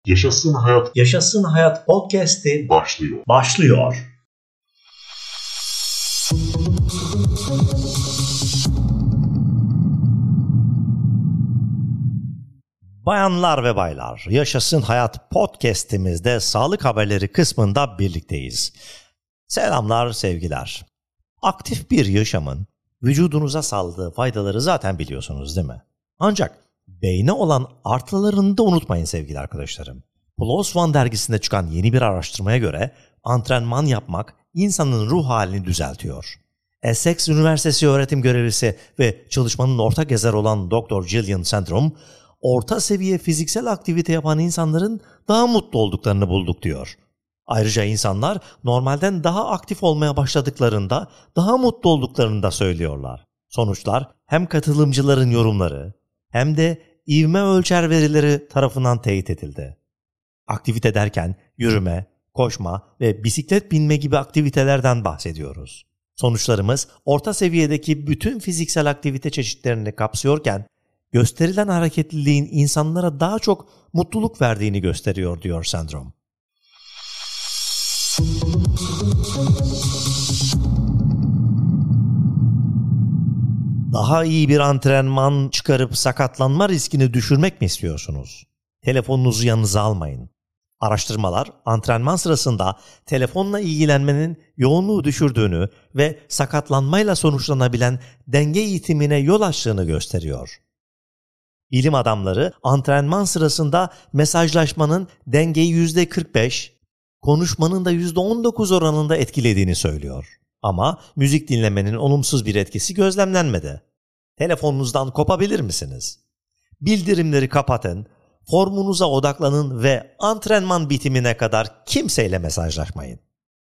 Yaşasın Hayat Yaşasın Hayat Podcast'i başlıyor. Bayanlar ve baylar, Yaşasın Hayat Podcast'imizde sağlık haberleri kısmında birlikteyiz. Selamlar, sevgiler. Aktif bir yaşamın vücudunuza sağladığı faydaları zaten biliyorsunuz değil mi? Ancak beyne olan artılarını da unutmayın sevgili arkadaşlarım. PLOS ONE dergisinde çıkan yeni bir araştırmaya göre antrenman yapmak insanın ruh halini düzeltiyor. Essex Üniversitesi öğretim görevlisi ve çalışmanın ortak yazarı olan Dr. Gillian Sandrum, orta seviye fiziksel aktivite yapan insanların daha mutlu olduklarını bulduk diyor. Ayrıca insanlar normalden daha aktif olmaya başladıklarında daha mutlu olduklarını da söylüyorlar. Sonuçlar hem katılımcıların yorumları hem de ivme ölçer verileri tarafından teyit edildi. Aktivite derken yürüme, koşma ve bisiklet binme gibi aktivitelerden bahsediyoruz. Sonuçlarımız orta seviyedeki bütün fiziksel aktivite çeşitlerini kapsıyorken gösterilen hareketliliğin insanlara daha çok mutluluk verdiğini gösteriyor diyor Sandrum. Daha iyi bir antrenman çıkarıp sakatlanma riskini düşürmek mi istiyorsunuz? Telefonunuzu yanınıza almayın. Araştırmalar antrenman sırasında telefonla ilgilenmenin yoğunluğu düşürdüğünü ve sakatlanmayla sonuçlanabilen denge eğitimine yol açtığını gösteriyor. Bilim adamları antrenman sırasında mesajlaşmanın dengeyi %45, konuşmanın da %19 oranında etkilediğini söylüyor. Ama müzik dinlemenin olumsuz bir etkisi gözlemlenmedi. Telefonunuzdan kopabilir misiniz? Bildirimleri kapatın, formunuza odaklanın ve antrenman bitimine kadar kimseyle mesajlaşmayın.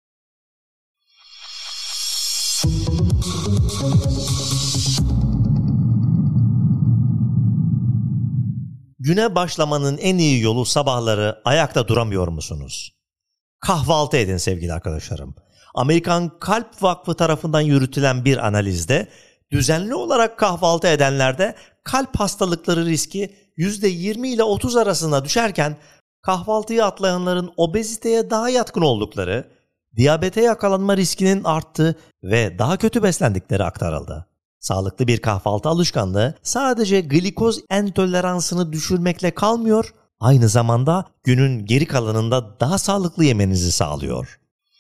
Güne başlamanın en iyi yolu sabahları ayakta duramıyor musunuz? Kahvaltı edin sevgili arkadaşlarım. Amerikan Kalp Vakfı tarafından yürütülen bir analizde düzenli olarak kahvaltı edenlerde kalp hastalıkları riski %20 ile 30 arasında düşerken kahvaltıyı atlayanların obeziteye daha yatkın oldukları, diyabete yakalanma riskinin arttığı ve daha kötü beslendikleri aktarıldı. Sağlıklı bir kahvaltı alışkanlığı sadece glikoz intoleransını düşürmekle kalmıyor, aynı zamanda günün geri kalanında daha sağlıklı yemenizi sağlıyor.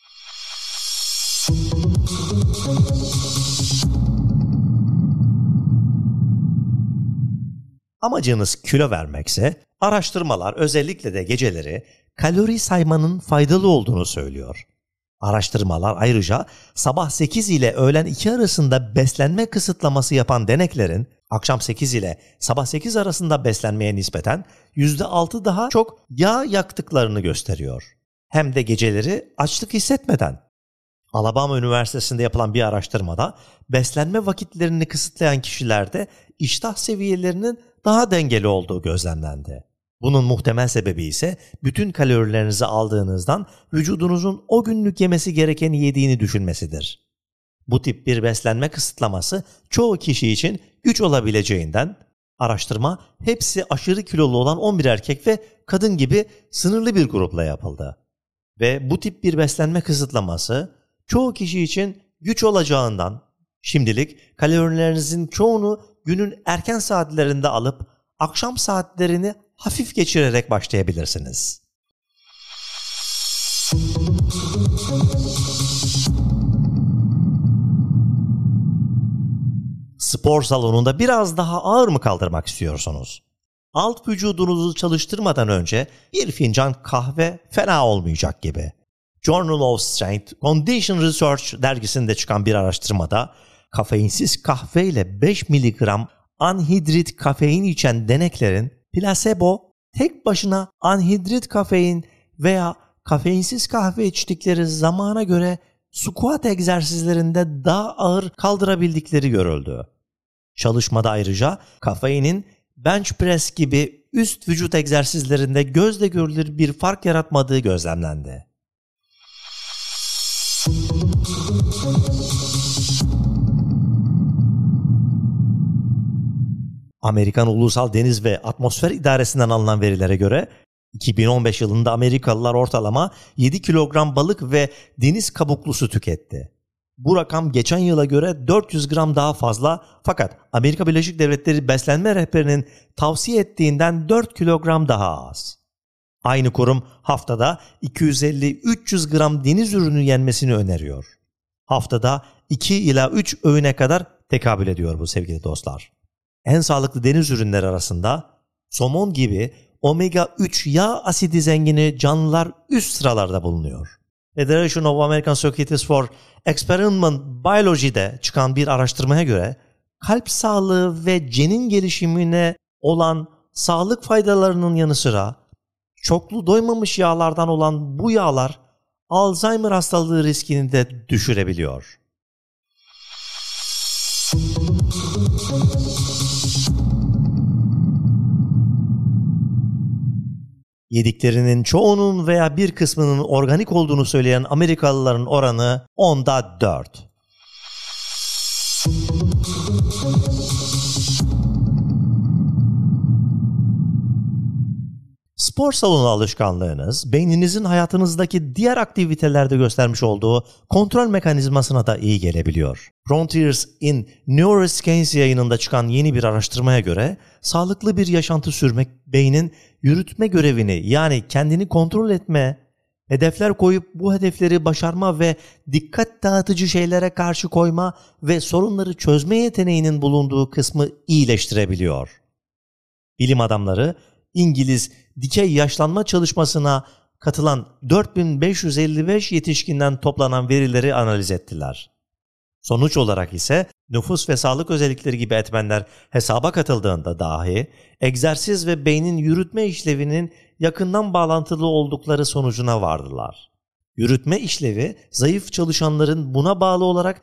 Amacınız kilo vermekse, araştırmalar özellikle de geceleri kalori saymanın faydalı olduğunu söylüyor. Araştırmalar ayrıca sabah 8 ile öğlen 2 arasında beslenme kısıtlaması yapan deneklerin akşam 8 ile sabah 8 arasında beslenmeye nispeten %6 daha çok yağ yaktıklarını gösteriyor. Hem de geceleri açlık hissetmeden. Alabama Üniversitesi'nde yapılan bir araştırmada beslenme vakitlerini kısıtlayan kişilerde iştah seviyelerinin daha dengeli olduğu gözlemlendi. Bunun muhtemel sebebi ise bütün kalorilerinizi aldığınızdan vücudunuzun o günlük yemesi gerekeni yediğini düşünmesidir. Bu tip bir beslenme kısıtlaması çoğu kişi için güç olabileceğinden araştırma hepsi aşırı kilolu olan 11 erkek ve kadın gibi sınırlı bir grupla yapıldı. Ve bu tip bir beslenme kısıtlaması çoğu kişi için güç olacağından şimdilik kalorilerinizin çoğunu günün erken saatlerinde alıp akşam saatlerini hafif geçirerek başlayabilirsiniz. Spor salonunda biraz daha ağır mı kaldırmak istiyorsunuz? Alt vücudunuzu çalıştırmadan önce bir fincan kahve fena olmayacak gibi. Journal of Strength Condition Research dergisinde çıkan bir araştırmada kafeinsiz kahve ile 5 mg anhidrit kafein içen deneklerin plasebo tek başına anhidrit kafein veya kafeinsiz kahve içtikleri zamana göre squat egzersizlerinde daha ağır kaldırabildikleri görüldü. Çalışmada ayrıca kafeinin bench press gibi üst vücut egzersizlerinde gözle görülür bir fark yaratmadığı gözlemlendi. Amerikan Ulusal Deniz ve Atmosfer İdaresi'nden alınan verilere göre 2015 yılında Amerikalılar ortalama 7 kilogram balık ve deniz kabuklusu tüketti. Bu rakam geçen yıla göre 400 gram daha fazla, fakat Amerika Birleşik Devletleri Beslenme Rehberi'nin tavsiye ettiğinden 4 kilogram daha az. Aynı kurum haftada 250-300 gram deniz ürünü yenmesini öneriyor. Haftada 2 ila 3 öğüne kadar tekabül ediyor bu sevgili dostlar. En sağlıklı deniz ürünleri arasında somon gibi omega 3 yağ asidi zengini canlılar üst sıralarda bulunuyor. Federation of American Societies for Experimental Biology'de çıkan bir araştırmaya göre kalp sağlığı ve cenin gelişimine olan sağlık faydalarının yanı sıra çoklu doymamış yağlardan olan bu yağlar Alzheimer hastalığı riskini de düşürebiliyor. Yediklerinin çoğunun veya bir kısmının organik olduğunu söyleyen Amerikalıların oranı 10'da 4. Spor salonu alışkanlığınız, beyninizin hayatınızdaki diğer aktivitelerde göstermiş olduğu kontrol mekanizmasına da iyi gelebiliyor. Frontiers in Neuroscience yayınında çıkan yeni bir araştırmaya göre, sağlıklı bir yaşantı sürmek beynin yürütme görevini, yani kendini kontrol etme, hedefler koyup bu hedefleri başarma ve dikkat dağıtıcı şeylere karşı koyma ve sorunları çözme yeteneğinin bulunduğu kısmı iyileştirebiliyor. Bilim adamları, İngiliz dikey yaşlanma çalışmasına katılan 4555 yetişkinden toplanan verileri analiz ettiler. Sonuç olarak ise nüfus ve sağlık özellikleri gibi etmenler hesaba katıldığında dahi egzersiz ve beynin yürütme işlevinin yakından bağlantılı oldukları sonucuna vardılar. Yürütme işlevi zayıf çalışanların buna bağlı olarak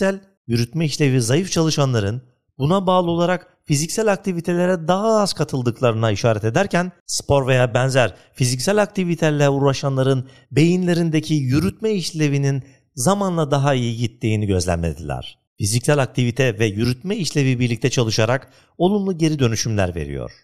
fiziksel aktivitelere daha az katıldıklarına işaret ederken, spor veya benzer fiziksel aktivitelerle uğraşanların beyinlerindeki yürütme işlevinin zamanla daha iyi gittiğini gözlemlediler. Fiziksel aktivite ve yürütme işlevi birlikte çalışarak olumlu geri dönüşümler veriyor.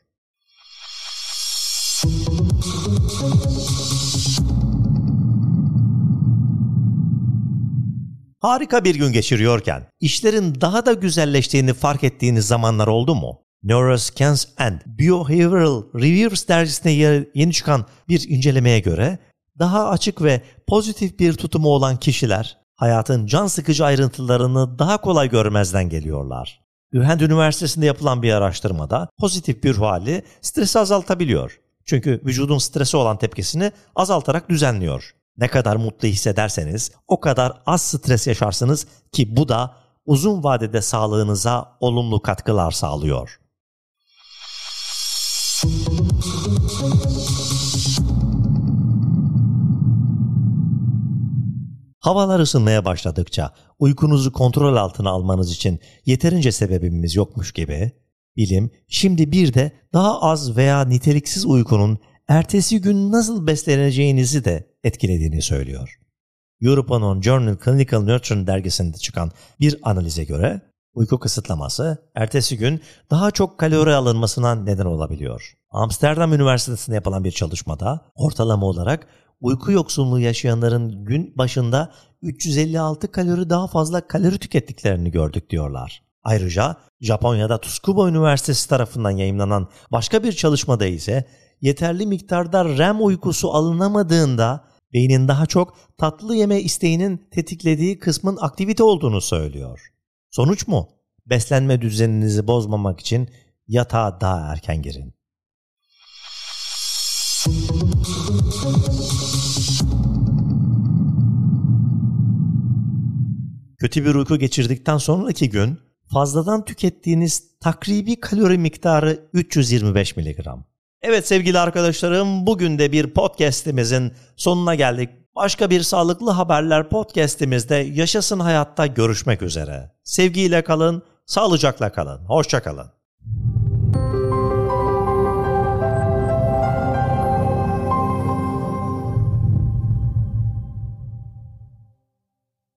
Harika bir gün geçiriyorken işlerin daha da güzelleştiğini fark ettiğiniz zamanlar oldu mu? Neuroscience and Behavioral Reviews dergisine yeni çıkan bir incelemeye göre daha açık ve pozitif bir tutumu olan kişiler hayatın can sıkıcı ayrıntılarını daha kolay görmezden geliyorlar. Ühend Üniversitesi'nde yapılan bir araştırmada pozitif bir ruh hali stresi azaltabiliyor. Çünkü vücudun strese olan tepkisini azaltarak düzenliyor. Ne kadar mutlu hissederseniz o kadar az stres yaşarsınız ki bu da uzun vadede sağlığınıza olumlu katkılar sağlıyor. Havalar ısınmaya başladıkça uykunuzu kontrol altına almanız için yeterince sebebimiz yokmuş gibi, bilim şimdi bir de daha az veya niteliksiz uykunun ertesi gün nasıl besleneceğinizi de etkilediğini söylüyor. European Journal Clinical Nutrition dergisinde çıkan bir analize göre uyku kısıtlaması ertesi gün daha çok kalori alınmasına neden olabiliyor. Amsterdam Üniversitesi'nde yapılan bir çalışmada ortalama olarak uyku yoksunluğu yaşayanların gün başında 356 kalori daha fazla kalori tükettiklerini gördük diyorlar. Ayrıca Japonya'da Tsukuba Üniversitesi tarafından yayımlanan başka bir çalışmada ise yeterli miktarda REM uykusu alınamadığında beynin daha çok tatlı yeme isteğinin tetiklediği kısmın aktivite olduğunu söylüyor. Sonuç mu? Beslenme düzeninizi bozmamak için yatağa daha erken girin. Kötü bir uyku geçirdikten sonraki gün fazladan tükettiğiniz takribi kalori miktarı 325 mg. Evet sevgili arkadaşlarım, bugün de bir podcast'imizin sonuna geldik. Başka bir Sağlıklı Haberler podcast'imizde Yaşasın Hayatta görüşmek üzere. Sevgiyle kalın, sağlıcakla kalın. Hoşça kalın.